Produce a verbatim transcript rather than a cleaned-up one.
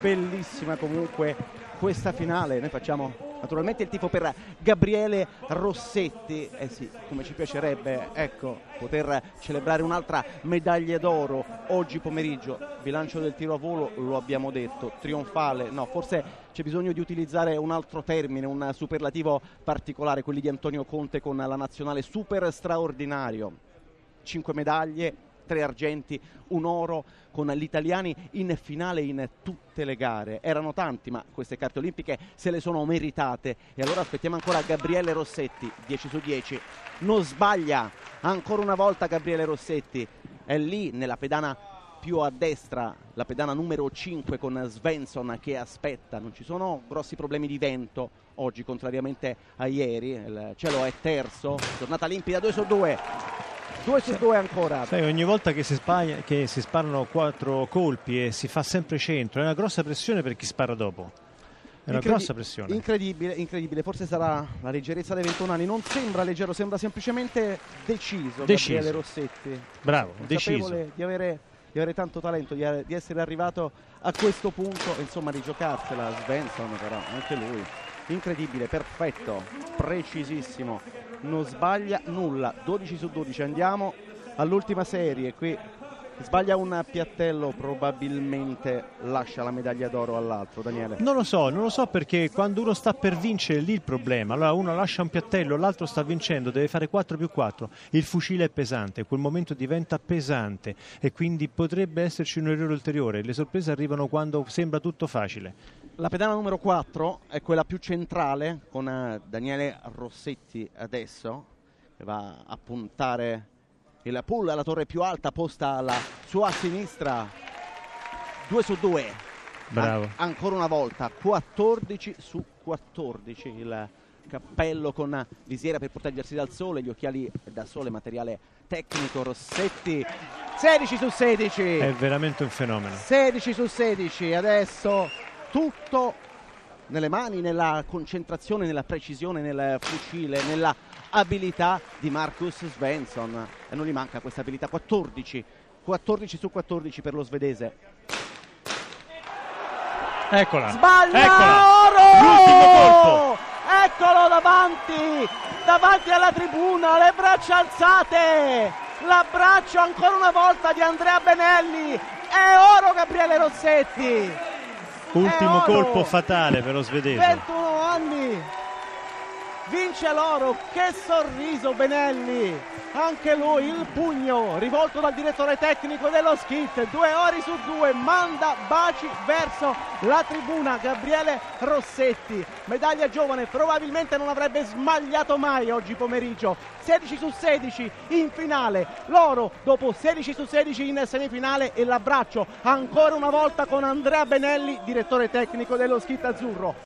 Bellissima comunque questa finale, noi facciamo naturalmente il tifo per Gabriele Rossetti, eh sì, come ci piacerebbe, ecco, poter celebrare un'altra medaglia d'oro oggi pomeriggio. Bilancio del tiro a volo, lo abbiamo detto, trionfale, no, forse c'è bisogno di utilizzare un altro termine, un superlativo particolare, quelli di Antonio Conte con la nazionale, super straordinario, cinque medaglie, tre argenti, un oro, con gli italiani in finale in tutte le gare. Erano tanti, ma queste carte olimpiche se le sono meritate. E allora aspettiamo ancora Gabriele Rossetti, dieci su dieci. Non sbaglia ancora una volta Gabriele Rossetti. È lì nella pedana più a destra, la pedana numero cinque con Svensson che aspetta. Non ci sono grossi problemi di vento oggi, contrariamente a ieri. Il cielo è terzo, giornata limpida, due su due. due su due ancora. Sai, ogni volta che si, spagna, che si sparano quattro colpi e si fa sempre centro, è una grossa pressione per chi spara dopo. È una Incredi- grossa pressione. Incredibile, incredibile. Forse sarà la leggerezza dei ventuno anni. Non sembra leggero, sembra semplicemente deciso, deciso. Gabriele Rossetti. Bravo, Consapevole deciso. Di avere, di avere tanto talento, di, di essere arrivato a questo punto, insomma, di giocarsela. Svensson però, anche lui. Incredibile, perfetto, precisissimo, non sbaglia nulla. Dodici su dodici, andiamo all'ultima serie. Qui sbaglia un piattello, probabilmente lascia la medaglia d'oro all'altro. Daniele, Non lo so, non lo so, perché quando uno sta per vincere lì il problema. Allora uno lascia un piattello, l'altro sta vincendo, deve fare quattro più quattro, il fucile è pesante, quel momento diventa pesante e quindi potrebbe esserci un errore ulteriore. Le sorprese arrivano quando sembra tutto facile. la pedana numero quattro è quella più centrale, con eh, Daniele Rossetti adesso, che va a puntare il pull alla torre più alta posta alla sua sinistra. Due su due. Bravo. An- ancora una volta, quattordici su quattordici. Il cappello con visiera per proteggersi dal sole, gli occhiali da sole, materiale tecnico. Rossetti, sedici su sedici. È veramente un fenomeno. sedici su sedici, adesso tutto nelle mani, nella concentrazione, nella precisione, nel fucile, nella abilità di Marcus Svensson, e non gli manca questa abilità. quattordici su quattordici per lo svedese. Eccola. Sbaglia, Eccola. oro! L'ultimo colpo. Eccolo davanti, davanti alla tribuna, le braccia alzate, l'abbraccio ancora una volta di Andrea Benelli. È oro Gabriele Rossetti. Ultimo È oro. colpo fatale per lo svedese. ventuno anni, vince l'oro. Che sorriso Benelli, anche lui, il pugno rivolto dal direttore tecnico dello skit. Due ori su due, manda baci verso la tribuna Gabriele Rossetti, medaglia giovane, probabilmente non avrebbe smagliato mai oggi pomeriggio. Sedici su sedici in finale, l'oro dopo sedici su sedici in semifinale, e l'abbraccio ancora una volta con Andrea Benelli, direttore tecnico dello skit azzurro.